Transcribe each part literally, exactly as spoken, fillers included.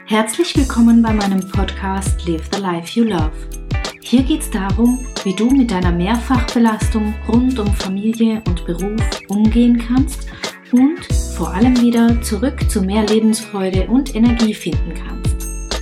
Herzlich willkommen bei meinem Podcast Live the Life You Love. Hier geht es darum, wie du mit deiner Mehrfachbelastung rund um Familie und Beruf umgehen kannst und vor allem wieder zurück zu mehr Lebensfreude und Energie finden kannst.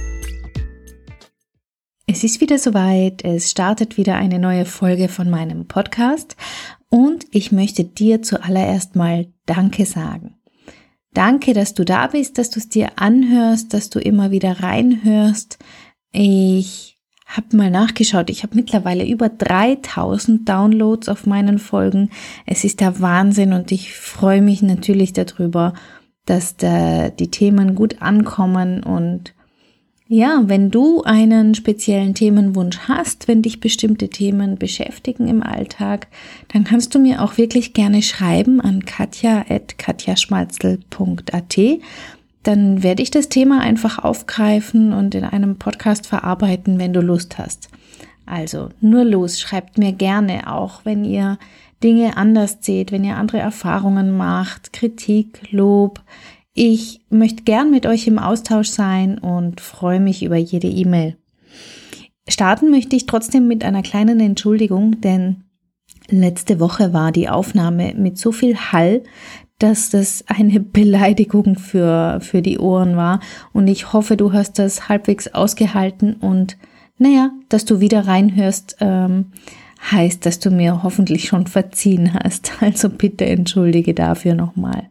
Es ist wieder soweit, es startet wieder eine neue Folge von meinem Podcast und ich möchte dir zuallererst mal Danke sagen. Danke, dass du da bist, dass du es dir anhörst, dass du immer wieder reinhörst. Ich habe mal nachgeschaut, ich habe mittlerweile über dreitausend Downloads auf meinen Folgen. Es ist der Wahnsinn und ich freue mich natürlich darüber, dass da die Themen gut ankommen. Und ja, wenn du einen speziellen Themenwunsch hast, wenn dich bestimmte Themen beschäftigen im Alltag, dann kannst du mir auch wirklich gerne schreiben an katja at katjaschmalzel punkt a t. Dann werde ich das Thema einfach aufgreifen und in einem Podcast verarbeiten, wenn du Lust hast. Also nur los, schreibt mir gerne, auch wenn ihr Dinge anders seht, wenn ihr andere Erfahrungen macht, Kritik, Lob. Ich möchte gern mit euch im Austausch sein und freue mich über jede E-Mail. Starten möchte ich trotzdem mit einer kleinen Entschuldigung, denn letzte Woche war die Aufnahme mit so viel Hall, dass das eine Beleidigung für, für die Ohren war. Und ich hoffe, du hast das halbwegs ausgehalten und naja, dass du wieder reinhörst, ähm, heißt, dass du mir hoffentlich schon verziehen hast. Also bitte entschuldige dafür nochmal.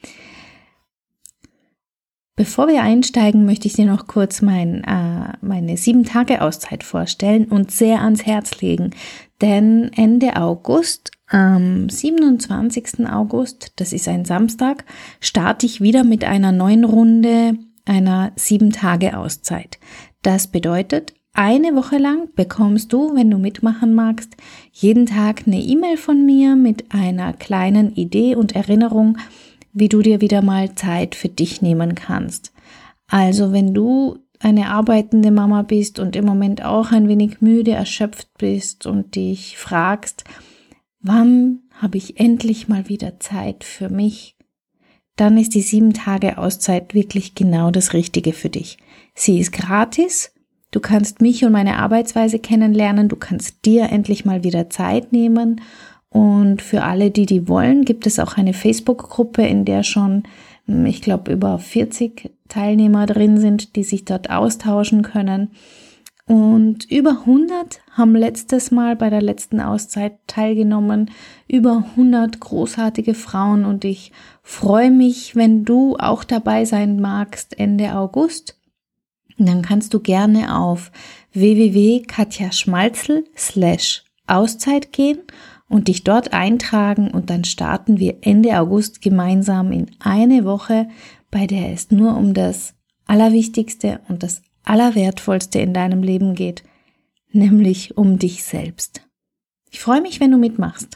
Bevor wir einsteigen, möchte ich dir noch kurz mein, äh, meine sieben Tage Auszeit vorstellen und sehr ans Herz legen. Denn Ende August, am siebenundzwanzigsten August, das ist ein Samstag, starte ich wieder mit einer neuen Runde einer sieben Tage Auszeit. Das bedeutet, eine Woche lang bekommst du, wenn du mitmachen magst, jeden Tag eine E-Mail von mir mit einer kleinen Idee und Erinnerung, wie du dir wieder mal Zeit für dich nehmen kannst. Also wenn du eine arbeitende Mama bist und im Moment auch ein wenig müde, erschöpft bist und dich fragst, wann habe ich endlich mal wieder Zeit für mich, dann ist die sieben Tage Auszeit wirklich genau das Richtige für dich. Sie ist gratis, du kannst mich und meine Arbeitsweise kennenlernen, du kannst dir endlich mal wieder Zeit nehmen. Und für alle, die die wollen, gibt es auch eine Facebook-Gruppe, in der schon, ich glaube, über vierzig Teilnehmer drin sind, die sich dort austauschen können. Und über hundert haben letztes Mal bei der letzten Auszeit teilgenommen, über hundert großartige Frauen. Und ich freue mich, wenn du auch dabei sein magst Ende August. Dann kannst du gerne auf w w w punkt katjaschmalzel slash Auszeit gehen und dich dort eintragen und dann starten wir Ende August gemeinsam in eine Woche, bei der es nur um das Allerwichtigste und das Allerwertvollste in deinem Leben geht, nämlich um dich selbst. Ich freue mich, wenn du mitmachst.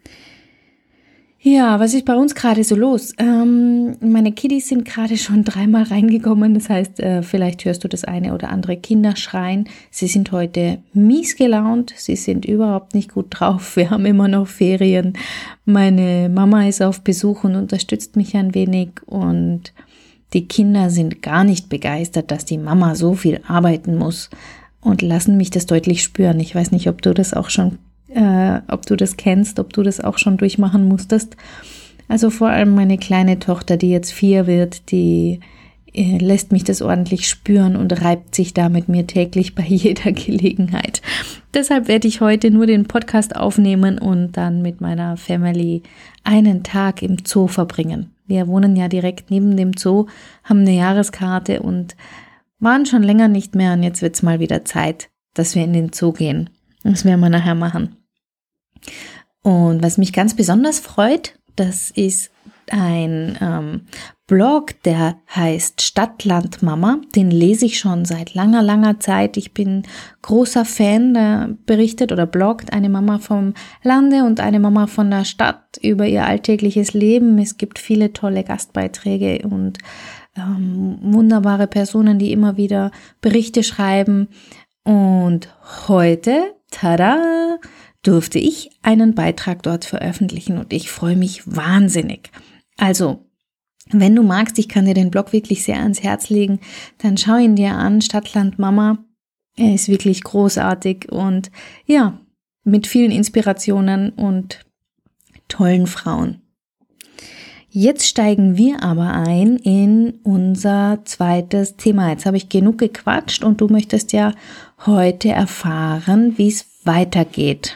Ja, was ist bei uns gerade so los? Ähm, meine Kiddies sind gerade schon dreimal reingekommen, das heißt, äh, vielleicht hörst du das eine oder andere Kinderschreien. Sie sind heute mies gelaunt, sie sind überhaupt nicht gut drauf, wir haben immer noch Ferien. Meine Mama ist auf Besuch und unterstützt mich ein wenig und die Kinder sind gar nicht begeistert, dass die Mama so viel arbeiten muss und lassen mich das deutlich spüren. Ich weiß nicht, ob du das auch schon Äh, ob du das kennst, ob du das auch schon durchmachen musstest. Also vor allem meine kleine Tochter, die jetzt vier wird, die äh, lässt mich das ordentlich spüren und reibt sich da mit mir täglich bei jeder Gelegenheit. Deshalb werde ich heute nur den Podcast aufnehmen und dann mit meiner Family einen Tag im Zoo verbringen. Wir wohnen ja direkt neben dem Zoo, haben eine Jahreskarte und waren schon länger nicht mehr und jetzt wird es mal wieder Zeit, dass wir in den Zoo gehen. Das werden wir nachher machen. Und was mich ganz besonders freut, das ist ein ähm, Blog, der heißt Stadtland Mama. Den lese ich schon seit langer, langer Zeit. Ich bin großer Fan, da berichtet oder bloggt eine Mama vom Lande und eine Mama von der Stadt über ihr alltägliches Leben. Es gibt viele tolle Gastbeiträge und ähm, wunderbare Personen, die immer wieder Berichte schreiben. Und heute, tada, durfte ich einen Beitrag dort veröffentlichen und ich freue mich wahnsinnig. Also, Wenn du magst, ich kann dir den Blog wirklich sehr ans Herz legen, dann schau ihn dir an, Stadtland Mama. Er ist wirklich großartig und ja, mit vielen Inspirationen und tollen Frauen. Jetzt steigen wir aber ein in unser zweites Thema. Jetzt habe ich genug gequatscht und du möchtest ja heute erfahren, wie es weitergeht.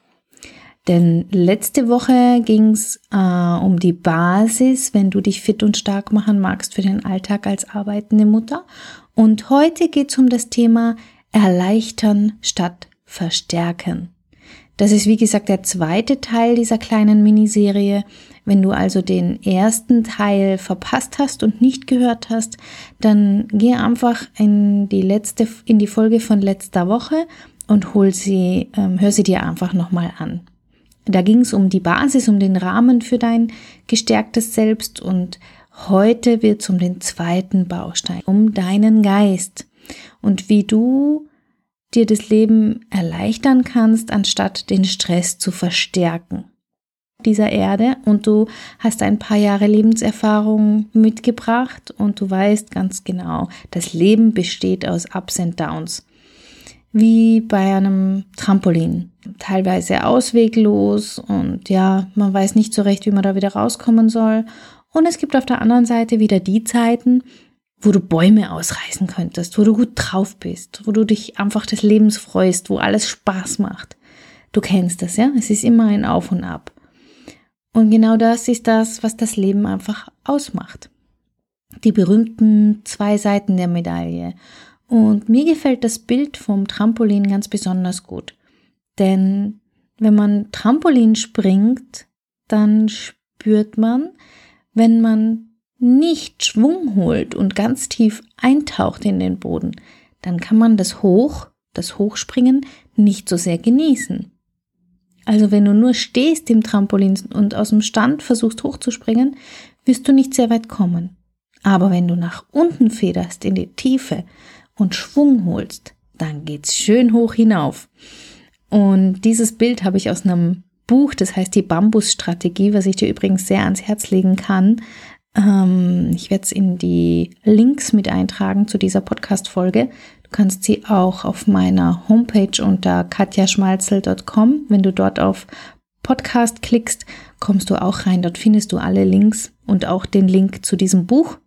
Denn letzte Woche ging es äh, um die Basis, wenn du dich fit und stark machen magst für den Alltag als arbeitende Mutter. Und heute geht es um das Thema Erleichtern statt Verstärken. Das ist wie gesagt der zweite Teil dieser kleinen Miniserie. Wenn du also den ersten Teil verpasst hast und nicht gehört hast, dann geh einfach in die letzte, in die Folge von letzter Woche und hol sie, ähm, hör sie dir einfach nochmal an. Da ging es um die Basis, um den Rahmen für dein gestärktes Selbst und heute wird es um den zweiten Baustein, um deinen Geist und wie du dir das Leben erleichtern kannst, anstatt den Stress zu verstärken dieser Erde. Und du hast ein paar Jahre Lebenserfahrung mitgebracht und du weißt ganz genau, das Leben besteht aus Ups and Downs. Wie bei einem Trampolin. Teilweise ausweglos und ja, man weiß nicht so recht, wie man da wieder rauskommen soll. Und es gibt auf der anderen Seite wieder die Zeiten, wo du Bäume ausreißen könntest, wo du gut drauf bist, wo du dich einfach des Lebens freust, wo alles Spaß macht. Du kennst das, ja? Es ist immer ein Auf und Ab. Und genau das ist das, was das Leben einfach ausmacht. Die berühmten zwei Seiten der Medaille. Und mir gefällt das Bild vom Trampolin ganz besonders gut. Denn wenn man Trampolin springt, dann spürt man, wenn man nicht Schwung holt und ganz tief eintaucht in den Boden, dann kann man das Hoch, das Hochspringen nicht so sehr genießen. Also wenn du nur stehst im Trampolin und aus dem Stand versuchst hochzuspringen, wirst du nicht sehr weit kommen. Aber wenn du nach unten federst in die Tiefe und Schwung holst, dann geht's schön hoch hinauf. Und dieses Bild habe ich aus einem Buch, das heißt die Bambusstrategie, was ich dir übrigens sehr ans Herz legen kann. Ähm, ich werde es in die Links mit eintragen zu dieser Podcast-Folge. Du kannst sie auch auf meiner Homepage unter katja schmalzel punkt com, wenn du dort auf Podcast klickst, kommst du auch rein. Dort findest du alle Links und auch den Link zu diesem Buch.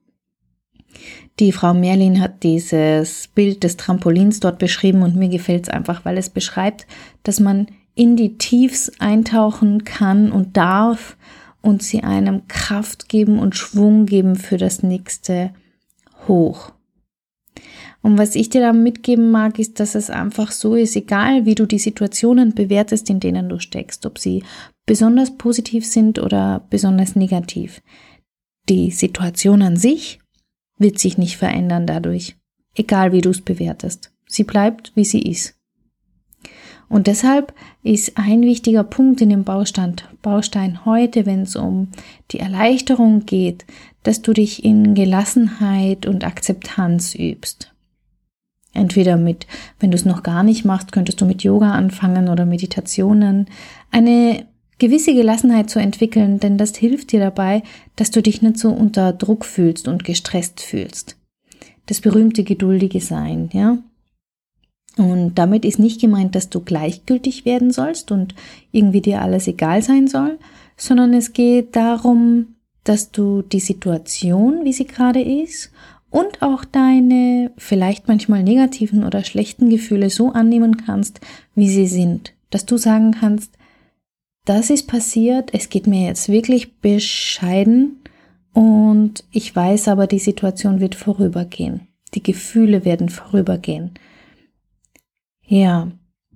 Die Frau Merlin hat dieses Bild des Trampolins dort beschrieben und mir gefällt es einfach, weil es beschreibt, dass man in die Tiefs eintauchen kann und darf und sie einem Kraft geben und Schwung geben für das nächste Hoch. Und was ich dir da mitgeben mag, ist, dass es einfach so ist, egal wie du die Situationen bewertest, in denen du steckst, ob sie besonders positiv sind oder besonders negativ. Die Situation an sich wird sich nicht verändern dadurch, egal wie du es bewertest. Sie bleibt, wie sie ist. Und deshalb ist ein wichtiger Punkt in dem Baustein, Baustein heute, wenn es um die Erleichterung geht, dass du dich in Gelassenheit und Akzeptanz übst. Entweder mit, wenn du es noch gar nicht machst, könntest du mit Yoga anfangen oder Meditationen. Eine gewisse Gelassenheit zu entwickeln, denn das hilft dir dabei, dass du dich nicht so unter Druck fühlst und gestresst fühlst. Das berühmte geduldige Sein, ja. Und damit ist nicht gemeint, dass du gleichgültig werden sollst und irgendwie dir alles egal sein soll, sondern es geht darum, dass du die Situation, wie sie gerade ist, und auch deine vielleicht manchmal negativen oder schlechten Gefühle so annehmen kannst, wie sie sind. Dass du sagen kannst, das ist passiert, es geht mir jetzt wirklich bescheiden und ich weiß aber, die Situation wird vorübergehen. Die Gefühle werden vorübergehen. Ja,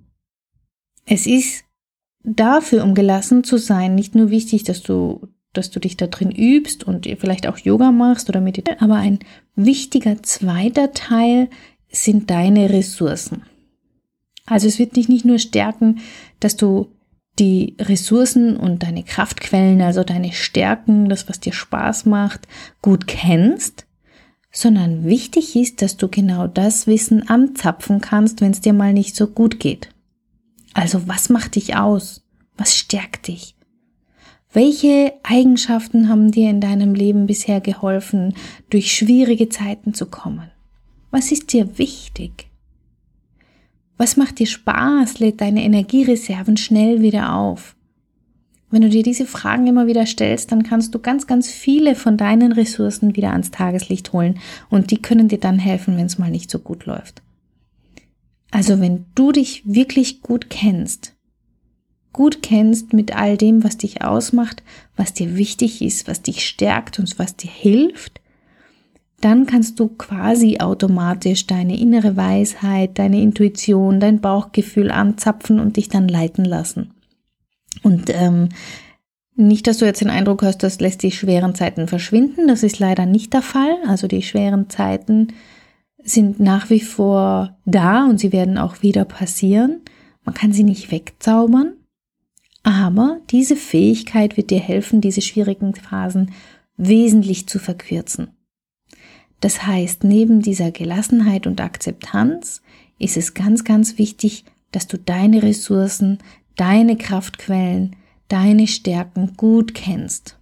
es ist dafür, um gelassen zu sein, nicht nur wichtig, dass du, dass du dich da drin übst und vielleicht auch Yoga machst oder meditierst, aber ein wichtiger zweiter Teil sind deine Ressourcen. Also es wird dich nicht nur stärken, dass du die Ressourcen und deine Kraftquellen, also deine Stärken, das, was dir Spaß macht, gut kennst, sondern wichtig ist, dass du genau das Wissen anzapfen kannst, wenn es dir mal nicht so gut geht. Also was macht dich aus? Was stärkt dich? Welche Eigenschaften haben dir in deinem Leben bisher geholfen, durch schwierige Zeiten zu kommen? Was ist dir wichtig? Was macht dir Spaß, lädt deine Energiereserven schnell wieder auf? Wenn du dir diese Fragen immer wieder stellst, dann kannst du ganz, ganz viele von deinen Ressourcen wieder ans Tageslicht holen und die können dir dann helfen, wenn es mal nicht so gut läuft. Also wenn du dich wirklich gut kennst, gut kennst mit all dem, was dich ausmacht, was dir wichtig ist, was dich stärkt und was dir hilft, dann kannst du quasi automatisch deine innere Weisheit, deine Intuition, dein Bauchgefühl anzapfen und dich dann leiten lassen. Und ähm, nicht, dass du jetzt den Eindruck hast, das lässt die schweren Zeiten verschwinden. Das ist leider nicht der Fall. Also die schweren Zeiten sind nach wie vor da und sie werden auch wieder passieren. Man kann sie nicht wegzaubern, aber diese Fähigkeit wird dir helfen, diese schwierigen Phasen wesentlich zu verkürzen. Das heißt, neben dieser Gelassenheit und Akzeptanz ist es ganz, ganz wichtig, dass du deine Ressourcen, deine Kraftquellen, deine Stärken gut kennst.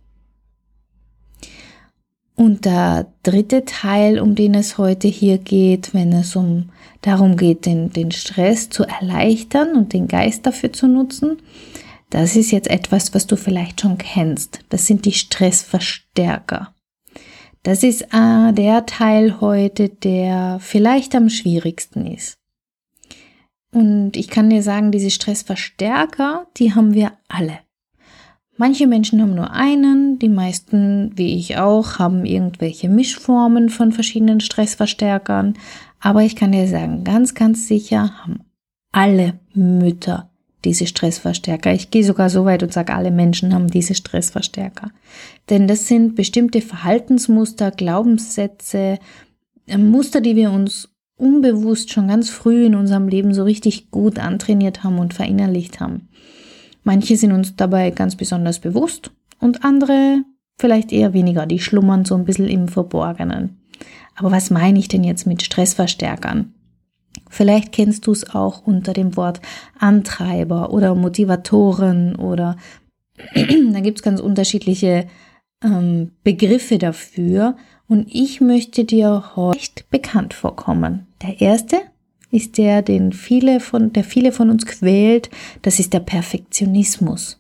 Und der dritte Teil, um den es heute hier geht, wenn es um darum geht, den, den Stress zu erleichtern und den Geist dafür zu nutzen, das ist jetzt etwas, was du vielleicht schon kennst. Das sind die Stressverstärker. Das ist äh, der Teil heute, der vielleicht am schwierigsten ist. Und ich kann dir sagen, diese Stressverstärker, die haben wir alle. Manche Menschen haben nur einen, die meisten, wie ich auch, haben irgendwelche Mischformen von verschiedenen Stressverstärkern. Aber ich kann dir sagen, ganz, ganz sicher haben alle Mütter diese Stressverstärker. Ich gehe sogar so weit und sage, alle Menschen haben diese Stressverstärker. Denn das sind bestimmte Verhaltensmuster, Glaubenssätze, Muster, die wir uns unbewusst schon ganz früh in unserem Leben so richtig gut antrainiert haben und verinnerlicht haben. Manche sind uns dabei ganz besonders bewusst und andere vielleicht eher weniger, die schlummern so ein bisschen im Verborgenen. Aber was meine ich denn jetzt mit Stressverstärkern? Vielleicht kennst du es auch unter dem Wort Antreiber oder Motivatoren oder da gibt es ganz unterschiedliche ähm, Begriffe dafür und ich möchte dir heute bekannt vorkommen. Der erste ist der, den viele von, der viele von uns quält, das ist der Perfektionismus.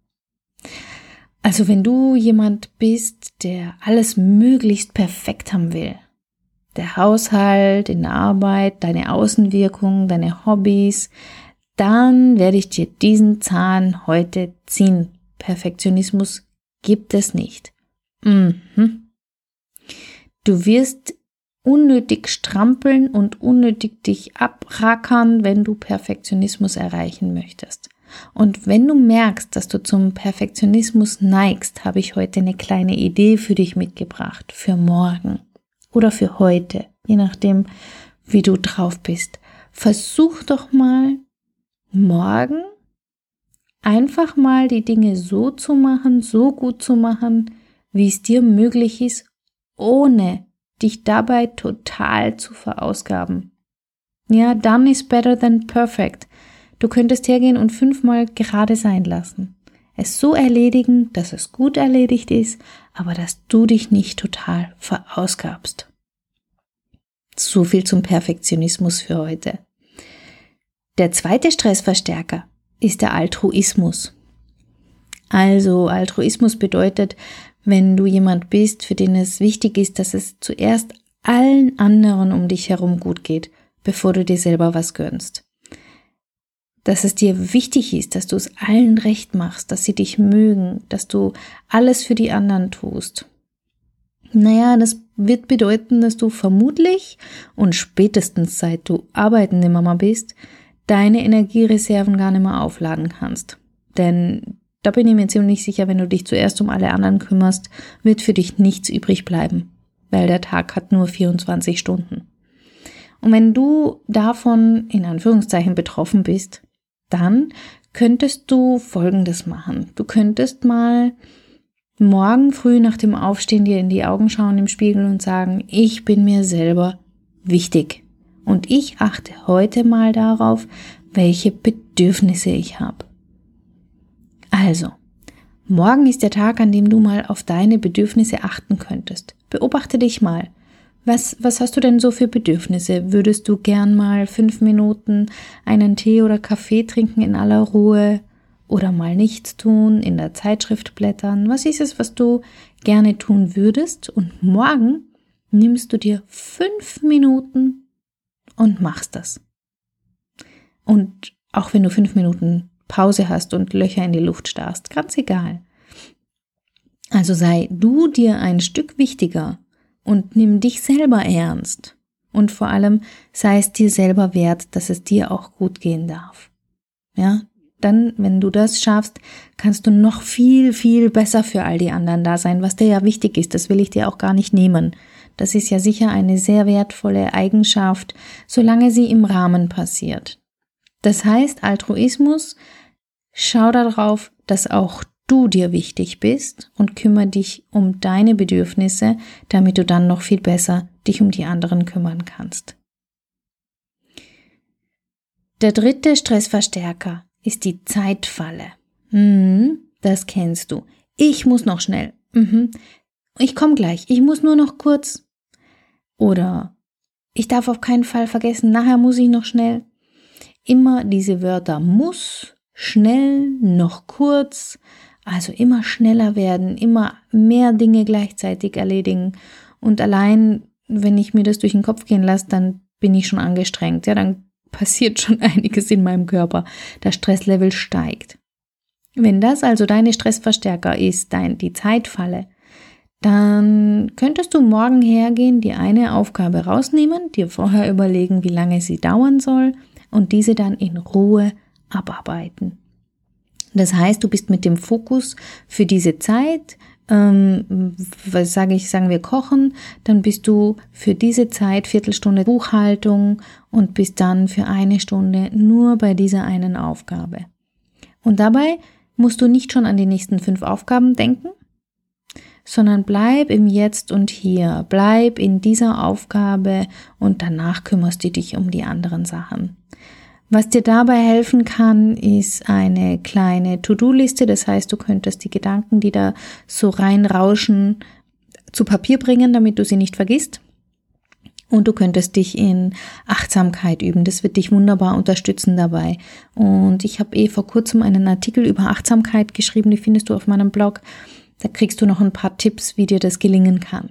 Also wenn du jemand bist, der alles möglichst perfekt haben will, der Haushalt, in der Arbeit, deine Außenwirkung, deine Hobbys, dann werde ich dir diesen Zahn heute ziehen. Perfektionismus gibt es nicht. Mhm. Du wirst unnötig strampeln und unnötig dich abrackern, wenn du Perfektionismus erreichen möchtest. Und wenn du merkst, dass du zum Perfektionismus neigst, habe ich heute eine kleine Idee für dich mitgebracht, für morgen oder für heute, je nachdem, wie du drauf bist. Versuch doch mal morgen einfach mal die Dinge so zu machen, so gut zu machen, wie es dir möglich ist, ohne dich dabei total zu verausgaben. Ja, done is better than perfect. Du könntest hergehen und fünfmal gerade sein lassen. Es so erledigen, dass es gut erledigt ist, aber dass du dich nicht total verausgabst. So viel zum Perfektionismus für heute. Der zweite Stressverstärker ist der Altruismus. Also Altruismus bedeutet, wenn du jemand bist, für den es wichtig ist, dass es zuerst allen anderen um dich herum gut geht, bevor du dir selber was gönnst. Dass es dir wichtig ist, dass du es allen recht machst, dass sie dich mögen, dass du alles für die anderen tust. Naja, das wird bedeuten, dass du vermutlich und spätestens seit du arbeitende Mama bist, deine Energiereserven gar nicht mehr aufladen kannst. Denn da bin ich mir ziemlich sicher, wenn du dich zuerst um alle anderen kümmerst, wird für dich nichts übrig bleiben, weil der Tag hat nur vierundzwanzig Stunden. Und wenn du davon in Anführungszeichen betroffen bist, dann könntest du Folgendes machen. Du könntest mal morgen früh nach dem Aufstehen dir in die Augen schauen im Spiegel und sagen, ich bin mir selber wichtig und ich achte heute mal darauf, welche Bedürfnisse ich habe. Also, Morgen ist der Tag, an dem du mal auf deine Bedürfnisse achten könntest. Beobachte dich mal. Was, was hast du denn so für Bedürfnisse? Würdest du gern mal fünf Minuten einen Tee oder Kaffee trinken in aller Ruhe oder mal nichts tun, in der Zeitschrift blättern? Was ist es, was du gerne tun würdest? Und morgen nimmst du dir fünf Minuten und machst das. Und auch wenn du fünf Minuten Pause hast und Löcher in die Luft starrst, ganz egal. Also sei du dir ein Stück wichtiger und nimm dich selber ernst. Und vor allem sei es dir selber wert, dass es dir auch gut gehen darf. Ja, dann, wenn du das schaffst, kannst du noch viel, viel besser für all die anderen da sein, was dir ja wichtig ist. Das will ich dir auch gar nicht nehmen. Das ist ja sicher eine sehr wertvolle Eigenschaft, solange sie im Rahmen passiert. Das heißt, Altruismus, schau darauf, dass auch du dir wichtig bist und kümmere dich um deine Bedürfnisse, damit du dann noch viel besser dich um die anderen kümmern kannst. Der dritte Stressverstärker ist die Zeitfalle. Mhm, das kennst du. Ich muss noch schnell. Mhm. Ich komme gleich. Ich muss nur noch kurz. Oder ich darf auf keinen Fall vergessen, nachher muss ich noch schnell. Immer diese Wörter muss, schnell, noch kurz, also immer schneller werden, immer mehr Dinge gleichzeitig erledigen. Und allein, wenn ich mir das durch den Kopf gehen lasse, dann bin ich schon angestrengt. Ja, dann passiert schon einiges in meinem Körper. Das Stresslevel steigt. Wenn das also deine Stressverstärker ist, dein, die Zeitfalle, dann könntest du morgen hergehen, die eine Aufgabe rausnehmen, dir vorher überlegen, wie lange sie dauern soll und diese dann in Ruhe abarbeiten. Das heißt, du bist mit dem Fokus für diese Zeit, ähm, was sage ich, sagen wir kochen, dann bist du für diese Zeit Viertelstunde Buchhaltung und bist dann für eine Stunde nur bei dieser einen Aufgabe. Und dabei musst du nicht schon an die nächsten fünf Aufgaben denken, sondern bleib im Jetzt und Hier, bleib in dieser Aufgabe und danach kümmerst du dich um die anderen Sachen. Was dir dabei helfen kann, ist eine kleine To-Do-Liste, das heißt, du könntest die Gedanken, die da so reinrauschen, zu Papier bringen, damit du sie nicht vergisst. Und du könntest dich in Achtsamkeit üben, das wird dich wunderbar unterstützen dabei. Und ich habe eh vor kurzem einen Artikel über Achtsamkeit geschrieben, die findest du auf meinem Blog. Da kriegst du noch ein paar Tipps, wie dir das gelingen kann.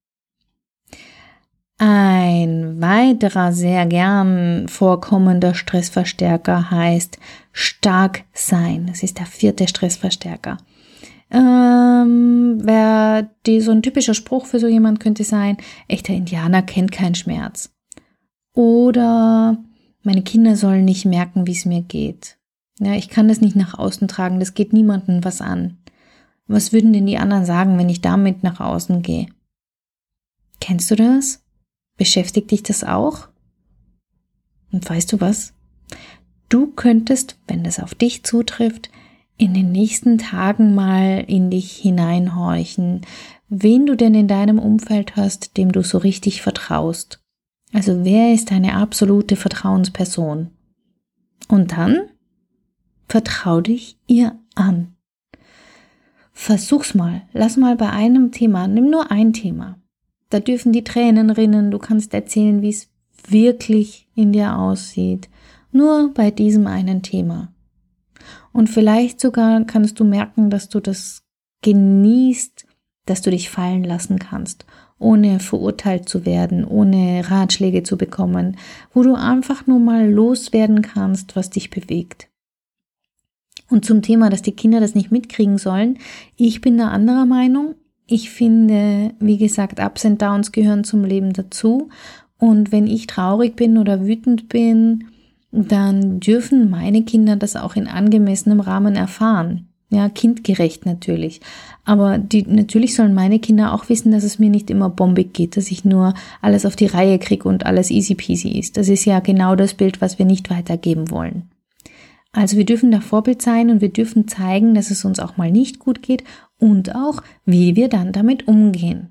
Ein weiterer sehr gern vorkommender Stressverstärker heißt stark sein. Das ist der vierte Stressverstärker. Ähm, wer die, so ein typischer Spruch für so jemand könnte sein, echter Indianer kennt keinen Schmerz. Oder meine Kinder sollen nicht merken, wie es mir geht. Ja, ich kann das nicht nach außen tragen, das geht niemandem was an. Was würden denn die anderen sagen, wenn ich damit nach außen gehe? Kennst du das? Beschäftigt dich das auch? Und weißt du was? Du könntest, wenn das auf dich zutrifft, in den nächsten Tagen mal in dich hineinhorchen, wen du denn in deinem Umfeld hast, dem du so richtig vertraust. Also wer ist deine absolute Vertrauensperson? Und dann vertrau dich ihr an. Versuch's mal, lass mal bei einem Thema, nimm nur ein Thema. Da dürfen die Tränen rinnen, du kannst erzählen, wie es wirklich in dir aussieht. Nur bei diesem einen Thema. Und vielleicht sogar kannst du merken, dass du das genießt, dass du dich fallen lassen kannst, ohne verurteilt zu werden, ohne Ratschläge zu bekommen, wo du einfach nur mal loswerden kannst, was dich bewegt. Und zum Thema, dass die Kinder das nicht mitkriegen sollen, ich bin da anderer Meinung. Ich finde, wie gesagt, Ups and Downs gehören zum Leben dazu. Und wenn ich traurig bin oder wütend bin, dann dürfen meine Kinder das auch in angemessenem Rahmen erfahren. Ja, kindgerecht natürlich. Aber die, natürlich sollen meine Kinder auch wissen, dass es mir nicht immer bombig geht, dass ich nur alles auf die Reihe kriege und alles easy peasy ist. Das ist ja genau das Bild, was wir nicht weitergeben wollen. Also wir dürfen da Vorbild sein und wir dürfen zeigen, dass es uns auch mal nicht gut geht und auch, wie wir dann damit umgehen.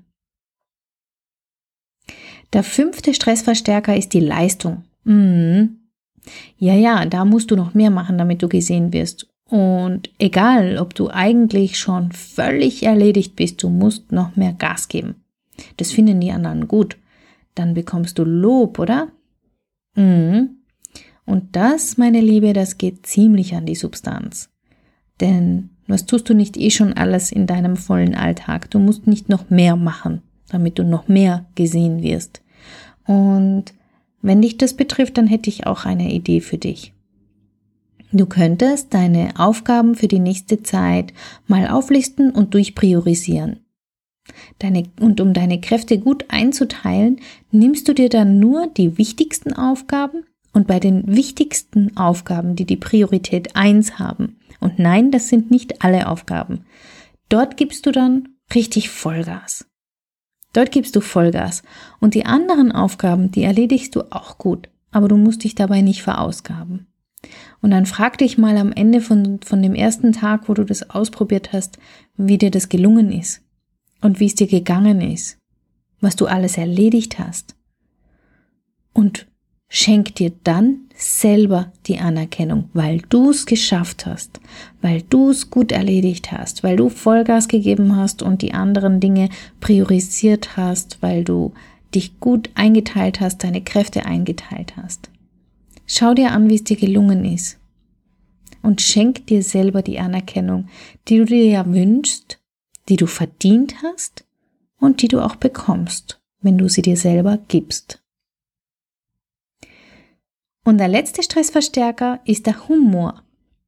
Der fünfte Stressverstärker ist die Leistung. Mhm. Ja, ja, da musst du noch mehr machen, damit du gesehen wirst. Und egal, ob du eigentlich schon völlig erledigt bist, du musst noch mehr Gas geben. Das finden die anderen gut. Dann bekommst du Lob, oder? Mhm. Und das, meine Liebe, das geht ziemlich an die Substanz. Denn was tust du nicht eh schon alles in deinem vollen Alltag? Du musst nicht noch mehr machen, damit du noch mehr gesehen wirst. Und wenn dich das betrifft, dann hätte ich auch eine Idee für dich. Du könntest deine Aufgaben für die nächste Zeit mal auflisten und durchpriorisieren. Deine, und um deine Kräfte gut einzuteilen, nimmst du dir dann nur die wichtigsten Aufgaben und bei den wichtigsten Aufgaben, die die Priorität eins haben. Und nein, das sind nicht alle Aufgaben. Dort gibst du dann richtig Vollgas. Dort gibst du Vollgas. Und die anderen Aufgaben, die erledigst du auch gut. Aber du musst dich dabei nicht verausgaben. Und dann frag dich mal am Ende von, von dem ersten Tag, wo du das ausprobiert hast, wie dir das gelungen ist. Und wie es dir gegangen ist. Was du alles erledigt hast. Und schenk dir dann selber die Anerkennung, weil du es geschafft hast, weil du es gut erledigt hast, weil du Vollgas gegeben hast und die anderen Dinge priorisiert hast, weil du dich gut eingeteilt hast, deine Kräfte eingeteilt hast. Schau dir an, wie es dir gelungen ist und schenk dir selber die Anerkennung, die du dir ja wünschst, die du verdient hast und die du auch bekommst, wenn du sie dir selber gibst. Und der letzte Stressverstärker ist der Humor.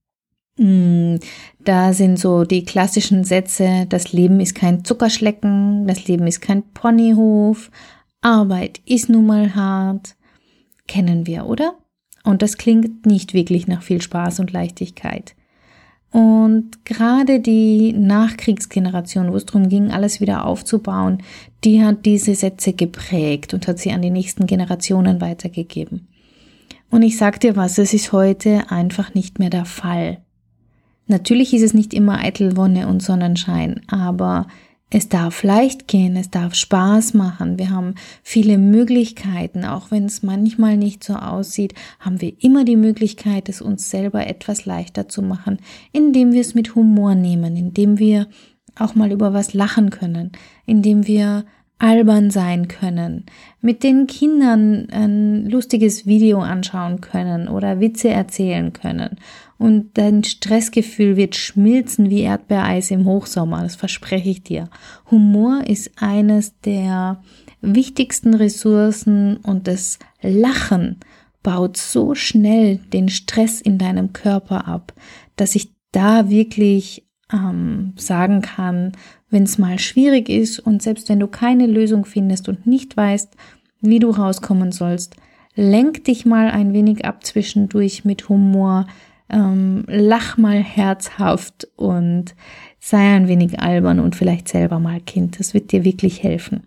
Da sind so die klassischen Sätze, das Leben ist kein Zuckerschlecken, das Leben ist kein Ponyhof, Arbeit ist nun mal hart. Kennen wir, oder? Und das klingt nicht wirklich nach viel Spaß und Leichtigkeit. Und gerade die Nachkriegsgeneration, wo es darum ging, alles wieder aufzubauen, die hat diese Sätze geprägt und hat sie an die nächsten Generationen weitergegeben. Und ich sag dir was, es ist heute einfach nicht mehr der Fall. Natürlich ist es nicht immer eitel Wonne und Sonnenschein, aber es darf leicht gehen, es darf Spaß machen. Wir haben viele Möglichkeiten, auch wenn es manchmal nicht so aussieht, haben wir immer die Möglichkeit, es uns selber etwas leichter zu machen, indem wir es mit Humor nehmen, indem wir auch mal über was lachen können, indem wir albern sein können, mit den Kindern ein lustiges Video anschauen können oder Witze erzählen können. Und dein Stressgefühl wird schmilzen wie Erdbeereis im Hochsommer, das verspreche ich dir. Humor ist eines der wichtigsten Ressourcen und das Lachen baut so schnell den Stress in deinem Körper ab, dass ich da wirklich ähm, sagen kann, wenn es mal schwierig ist und selbst wenn du keine Lösung findest und nicht weißt, wie du rauskommen sollst, lenk dich mal ein wenig ab zwischendurch mit Humor, ähm, lach mal herzhaft und sei ein wenig albern und vielleicht selber mal Kind. Das wird dir wirklich helfen.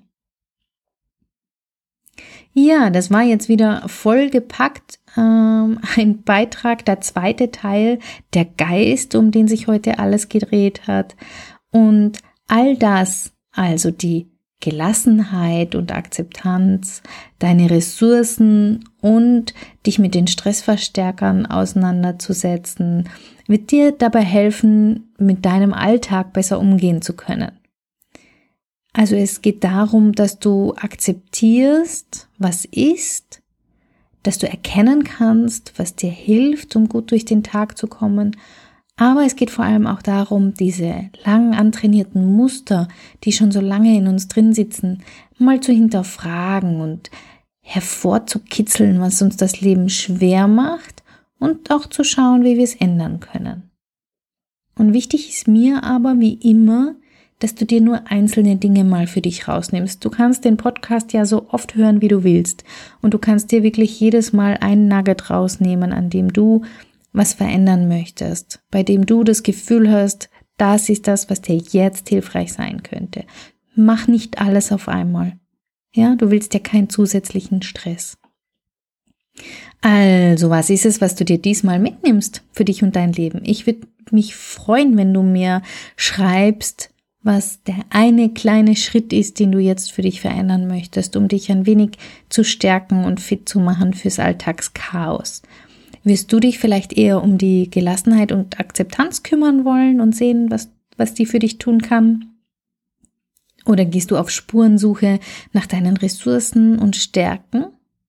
Ja, das war jetzt wieder vollgepackt, ähm, ein Beitrag, der zweite Teil, der Geist, um den sich heute alles gedreht hat. Und all das, also die Gelassenheit und Akzeptanz, deine Ressourcen und dich mit den Stressverstärkern auseinanderzusetzen, wird dir dabei helfen, mit deinem Alltag besser umgehen zu können. Also es geht darum, dass du akzeptierst, was ist, dass du erkennen kannst, was dir hilft, um gut durch den Tag zu kommen. Aber es geht vor allem auch darum, diese lang antrainierten Muster, die schon so lange in uns drin sitzen, mal zu hinterfragen und hervorzukitzeln, was uns das Leben schwer macht und auch zu schauen, wie wir es ändern können. Und wichtig ist mir aber wie immer, dass du dir nur einzelne Dinge mal für dich rausnimmst. Du kannst den Podcast ja so oft hören, wie du willst. Und du kannst dir wirklich jedes Mal einen Nugget rausnehmen, an dem du was verändern möchtest, bei dem du das Gefühl hast, das ist das, was dir jetzt hilfreich sein könnte. Mach nicht alles auf einmal. Ja, du willst ja keinen zusätzlichen Stress. Also, was ist es, was du dir diesmal mitnimmst für dich und dein Leben? Ich würde mich freuen, wenn du mir schreibst, was der eine kleine Schritt ist, den du jetzt für dich verändern möchtest, um dich ein wenig zu stärken und fit zu machen fürs Alltagschaos. Wirst du dich vielleicht eher um die Gelassenheit und Akzeptanz kümmern wollen und sehen, was, was die für dich tun kann? Oder gehst du auf Spurensuche nach deinen Ressourcen und Stärken?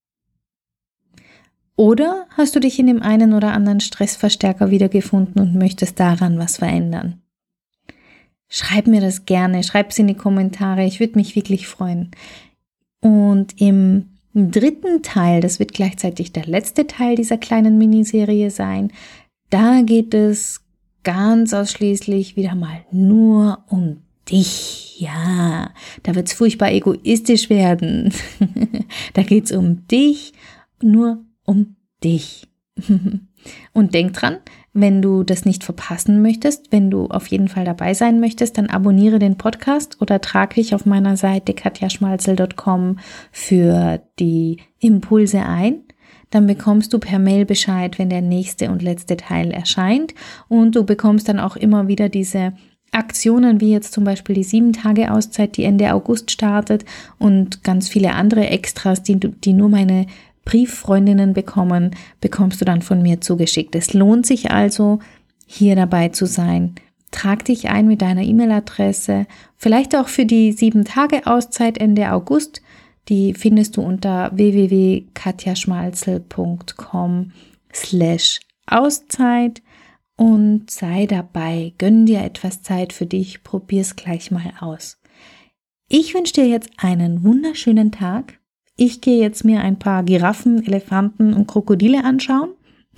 Oder hast du dich in dem einen oder anderen Stressverstärker wiedergefunden und möchtest daran was verändern? Schreib mir das gerne, schreib es in die Kommentare, ich würde mich wirklich freuen. Und im dritten Teil, das wird gleichzeitig der letzte Teil dieser kleinen Miniserie sein, da geht es ganz ausschließlich wieder mal nur um dich. Ja, da wird es furchtbar egoistisch werden. Da geht es um dich, nur um dich. Und denk dran, wenn du das nicht verpassen möchtest, wenn du auf jeden Fall dabei sein möchtest, dann abonniere den Podcast oder trag dich auf meiner Seite katja schmalzel punkt com für die Impulse ein. Dann bekommst du per Mail Bescheid, wenn der nächste und letzte Teil erscheint. Und du bekommst dann auch immer wieder diese Aktionen, wie jetzt zum Beispiel die sieben Tage Auszeit, die Ende August startet, und ganz viele andere Extras, die, die nur meine Brieffreundinnen bekommen, bekommst du dann von mir zugeschickt. Es lohnt sich also, hier dabei zu sein. Trag dich ein mit deiner E-Mail-Adresse, vielleicht auch für die sieben Tage Auszeit Ende August. Die findest du unter w w w punkt katja schmalzel punkt com slash Auszeit und sei dabei. Gönn dir etwas Zeit für dich, probier's gleich mal aus. Ich wünsche dir jetzt einen wunderschönen Tag. Ich gehe jetzt mir ein paar Giraffen, Elefanten und Krokodile anschauen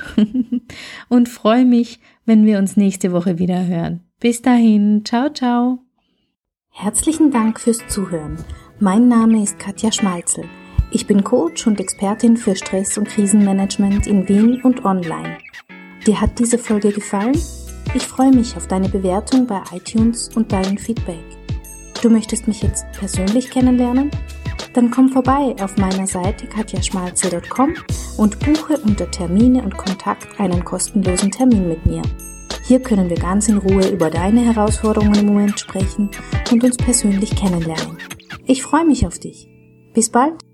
und freue mich, wenn wir uns nächste Woche wieder hören. Bis dahin, ciao, ciao. Herzlichen Dank fürs Zuhören. Mein Name ist Katja Schmalzel. Ich bin Coach und Expertin für Stress- und Krisenmanagement in Wien und online. Dir hat diese Folge gefallen? Ich freue mich auf deine Bewertung bei iTunes und dein Feedback. Du möchtest mich jetzt persönlich kennenlernen? Dann komm vorbei auf meiner Seite katja schmalzel punkt com und buche unter Termine und Kontakt einen kostenlosen Termin mit mir. Hier können wir ganz in Ruhe über deine Herausforderungen im Moment sprechen und uns persönlich kennenlernen. Ich freue mich auf dich. Bis bald!